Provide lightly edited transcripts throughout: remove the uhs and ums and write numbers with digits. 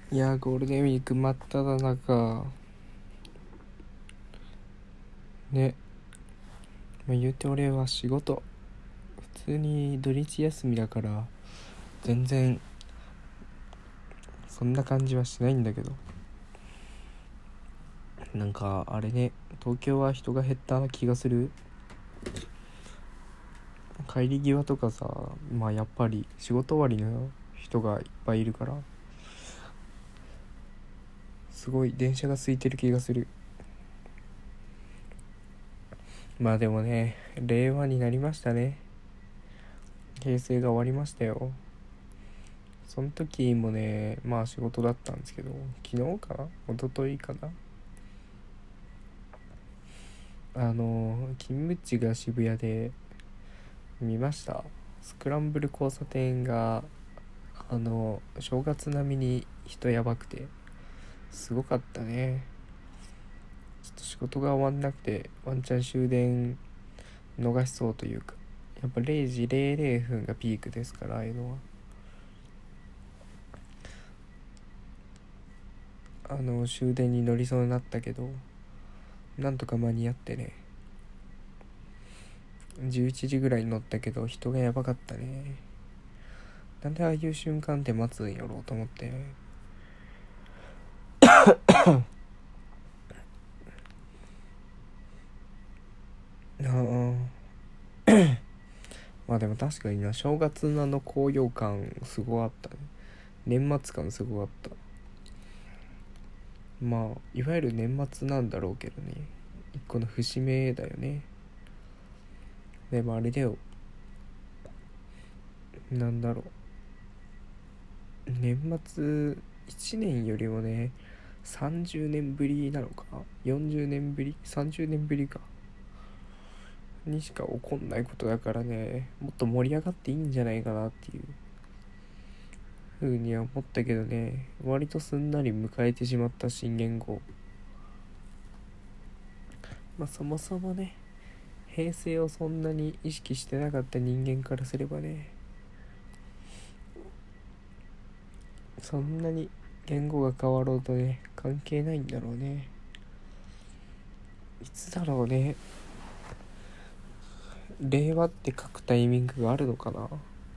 いやゴールデンウィーク真っ只中ね。言うて俺は仕事普通に土日休みだから全然そんな感じはしないんだけど、なんかあれね、東京は人が減った気がする。帰り際とかさ、やっぱり仕事終わりの人がいっぱいいるからすごい電車が空いてる気がする。でもね、令和になりましたね。平成が終わりましたよ。その時もね、仕事だったんですけど、昨日かな一昨日かな、勤務地が渋谷で見ました。スクランブル交差点が正月並みに人やばくてすごかったね。ちょっと仕事が終わんなくてワンチャン終電逃しそうというか、やっぱ0時00分がピークですから、ああいうのは終電に乗りそうになったけど、なんとか間に合ってね、11時ぐらいに乗ったけど人がやばかったね。なんでああいう瞬間って待つんやろうと思ってあでも確かにな、正月の高揚感すごかったね。年末感すごかった。いわゆる年末なんだろうけどね、一個の節目だよね。でもあれだよ、なんだろう、年末1年よりもね30年ぶりなのか40年ぶり30年ぶりかにしか起こんないことだからね、もっと盛り上がっていいんじゃないかなっていう風には思ったけどね、割とすんなり迎えてしまった新元号。そもそもね、平成をそんなに意識してなかった人間からすればね、そんなに言語が変わろうとね関係ないんだろうね。いつだろうね、令和って書くタイミングがあるのかな。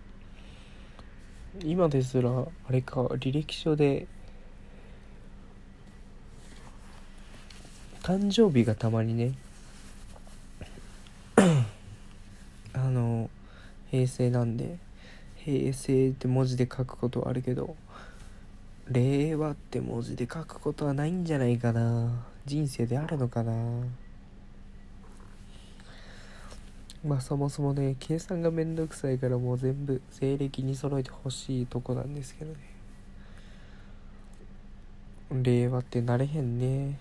今ですらあれか、履歴書で誕生日がたまにね平成なんで平成って文字で書くことはあるけど、令和って文字で書くことはないんじゃないかな。人生であるのかな。そもそもね計算がめんどくさいからもう全部西暦に揃えてほしいとこなんですけどね。令和ってなれへんね。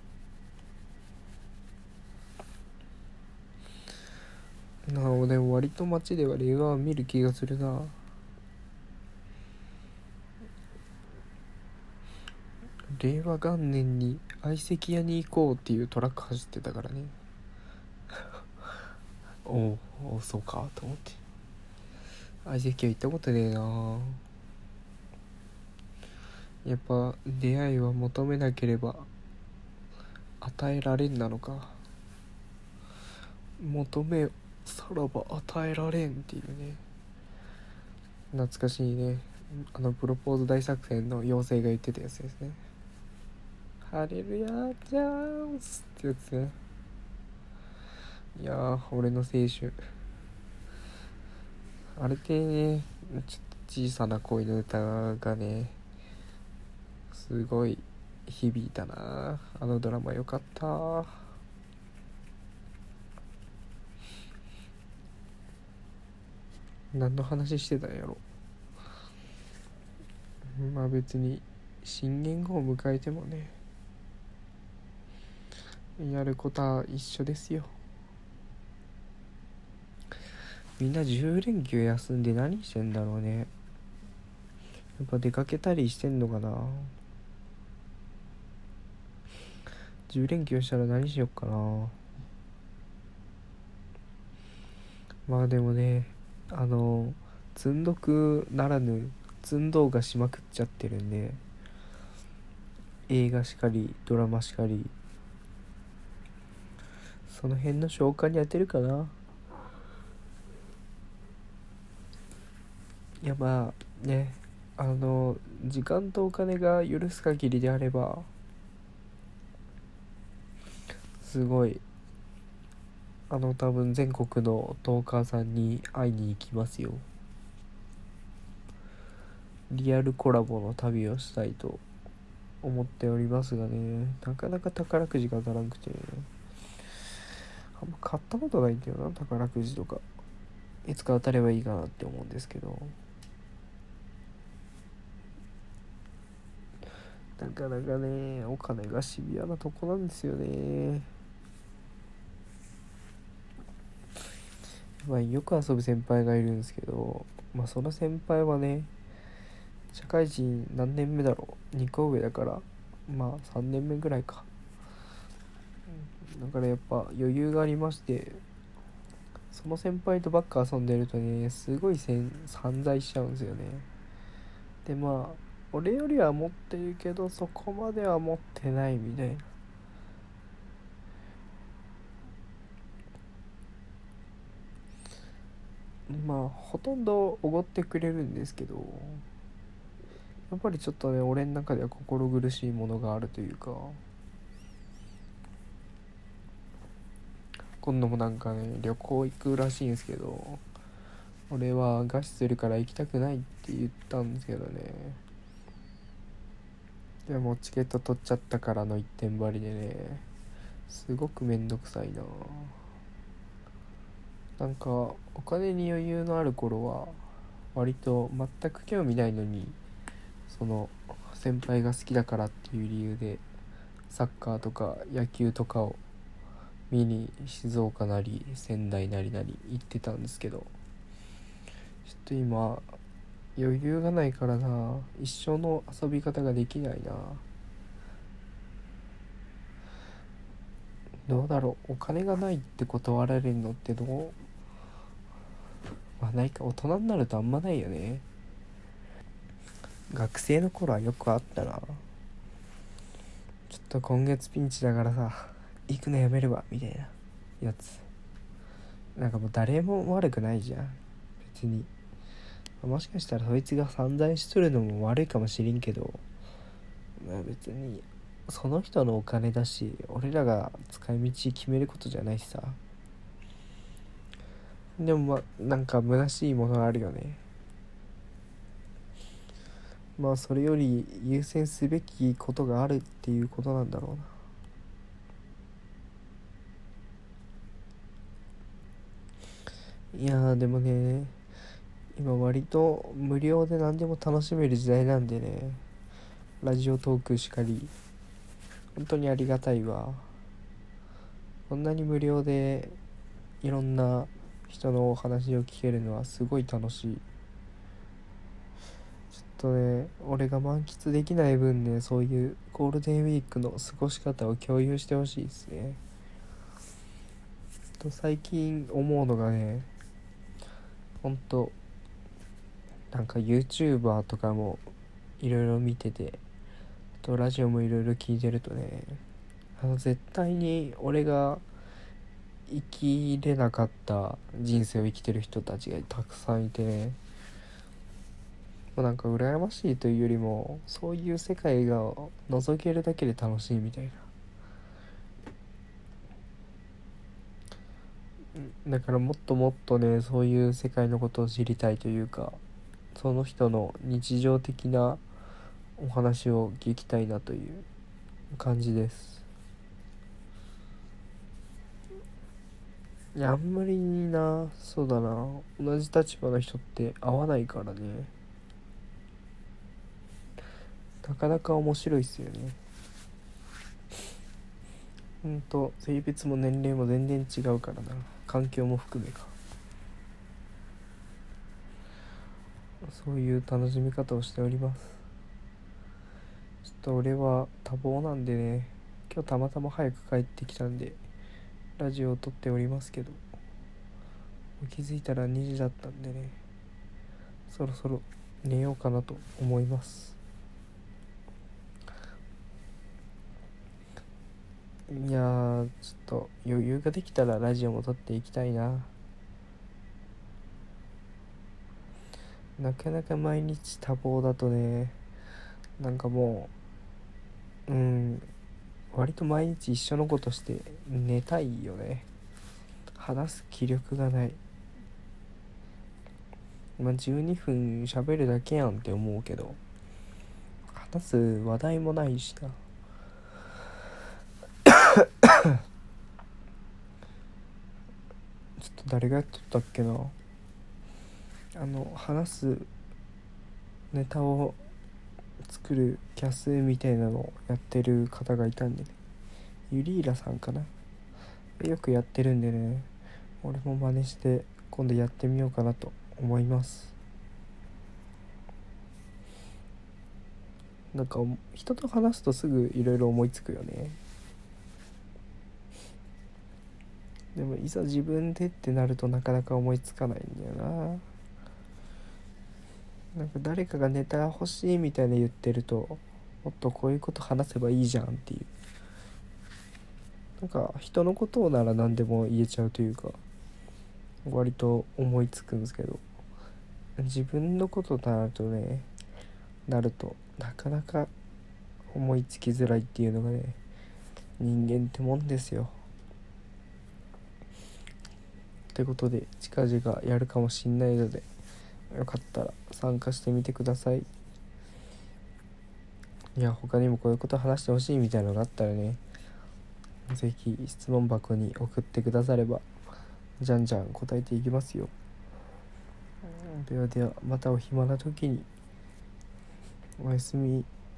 でも割と街では令和を見る気がするな。令和元年に相席屋に行こうっていうトラック走ってたからね。おお、そうかと思って、相席屋行ったことねえな。やっぱ出会いは求めなければ与えられんなのか。求めさらば与えられんっていうね、懐かしいね。プロポーズ大作戦の妖精が言ってたやつですね。ハレルヤーチャンスってやつね。いやー、俺の青春あれでね、ちょっと小さな恋の歌がねすごい響いたな。あのドラマよかった。何の話してたんやろ。別に新元号を迎えてもね、やることは一緒ですよ。みんな10連休休んで何してんだろうね。やっぱ出かけたりしてんのかな。10連休したら何しよっかな。でもね、積んどくならぬ積んどうがしまくっちゃってるんで、 映画しかりドラマしかり、その辺の消化に当てるかな。いやまあね、時間とお金が許す限りであればすごい多分全国のトーカーさんに会いに行きますよ。リアルコラボの旅をしたいと思っておりますがね、なかなか宝くじが当たらなくてね、あんま買ったことないんだよな、宝くじとか。いつか当たればいいかなって思うんですけど、なかなかね、お金がシビアなとこなんですよね。まあ、よく遊ぶ先輩がいるんですけど、まあその先輩はね、社会人何年目だろう、2個上だから、まあ3年目ぐらいか。だからやっぱ余裕がありまして、その先輩とばっか遊んでるとね、すごい散財しちゃうんですよね。でまあ俺よりは持ってるけどそこまでは持ってないみたいな。まあほとんどおごってくれるんですけど、やっぱりちょっとね、俺の中では心苦しいものがあるというか、今度もなんかね、旅行行くらしいんですけど、俺は餓死するから行きたくないって言ったんですけどね。でもチケット取っちゃったからの一点張りでね、すごくめんどくさいな。なんかお金に余裕のある頃は割と全く興味ないのに、その先輩が好きだからっていう理由でサッカーとか野球とかを見に静岡なり仙台なりなり行ってたんですけど、ちょっと今余裕がないからな、一生の遊び方ができないな。どうだろう、お金がないって断られるのってどう、まあないか、大人になるとあんまないよね。学生の頃はよくあったな。ちょっと今月ピンチだからさ、行くのやめるわみたいなやつ。なんかもう誰も悪くないじゃん別に。もしかしたらそいつが散財しとるのも悪いかもしれんけど、まあ別にその人のお金だし、俺らが使い道決めることじゃないしさ。でもまあなんか虚しいものがあるよね。まあそれより優先すべきことがあるっていうことなんだろうな。いやーでもね、今割と無料で何でも楽しめる時代なんでね、ラジオトークしかり本当にありがたいわ。こんなに無料でいろんな人のお話を聞けるのはすごい楽しい。ちょっとね、俺が満喫できない分ね、そういうゴールデンウィークの過ごし方を共有してほしいですね。と最近思うのがね、ほんとなんか YouTuber とかもいろいろ見てて、とラジオもいろいろ聞いてるとね、絶対に俺が生きれなかった人生を生きてる人たちがたくさんいてね、なんか羨ましいというよりも、そういう世界が覗けるだけで楽しいみたいな。だからもっともっとね、そういう世界のことを知りたいというか、その人の日常的なお話を聞きたいなという感じです。いやあんまりな、そうだな、同じ立場の人って合わないからね、なかなか面白いっすよね。ほんと性別も年齢も全然違うからな、環境も含めか。そういう楽しみ方をしております。ちょっと俺は多忙なんでね、今日たまたま早く帰ってきたんでラジオを撮っておりますけど、気づいたら2時だったんでね、そろそろ寝ようかなと思います。 いやー、ちょっと余裕ができたらラジオも撮っていきたいな。なかなか毎日多忙だとね、なんかも割と毎日一緒のことして寝たいよね。話す気力がない。12分喋るだけやんって思うけど、話す話題もないしな。ちょっと誰がやっとったっけな、話すネタを作るキャスみたいなのをやってる方がいたんでね、ユリーラさんかな、よくやってるんでね、俺も真似して今度やってみようかなと思います。なんか人と話すとすぐいろいろ思いつくよね。でもいざ自分でってなるとなかなか思いつかないんだよな。なんか誰かがネタ欲しいみたいな言ってると、もっとこういうこと話せばいいじゃんっていう、なんか人のことなら何でも言えちゃうというか、割と思いつくんですけど、自分のことなるとなかなか思いつきづらいっていうのがね、人間ってもんですよ。ってことで近々やるかもしんないので、よかったら参加してみてください。いや、他にもこういうこと話してほしいみたいなのがあったらね、ぜひ質問箱に送ってくださればじゃんじゃん答えていきますよ。ではでは、またお暇な時に。おやすみ。